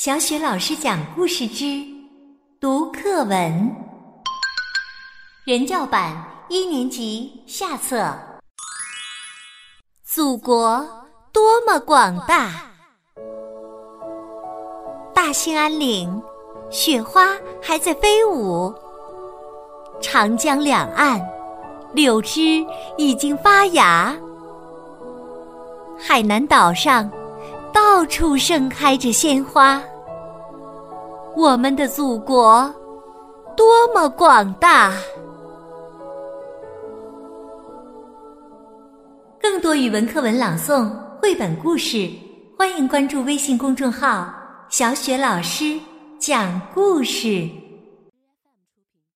小雪老师讲故事之读课文，人教版1年级下册。祖国多么广大！大兴安岭，雪花还在飞舞，长江两岸，柳枝已经发芽。海南岛上，到处盛开着鲜花。我们的祖国多么广大！更多语文课文朗诵、绘本故事，欢迎关注微信公众号“小雪老师讲故事”。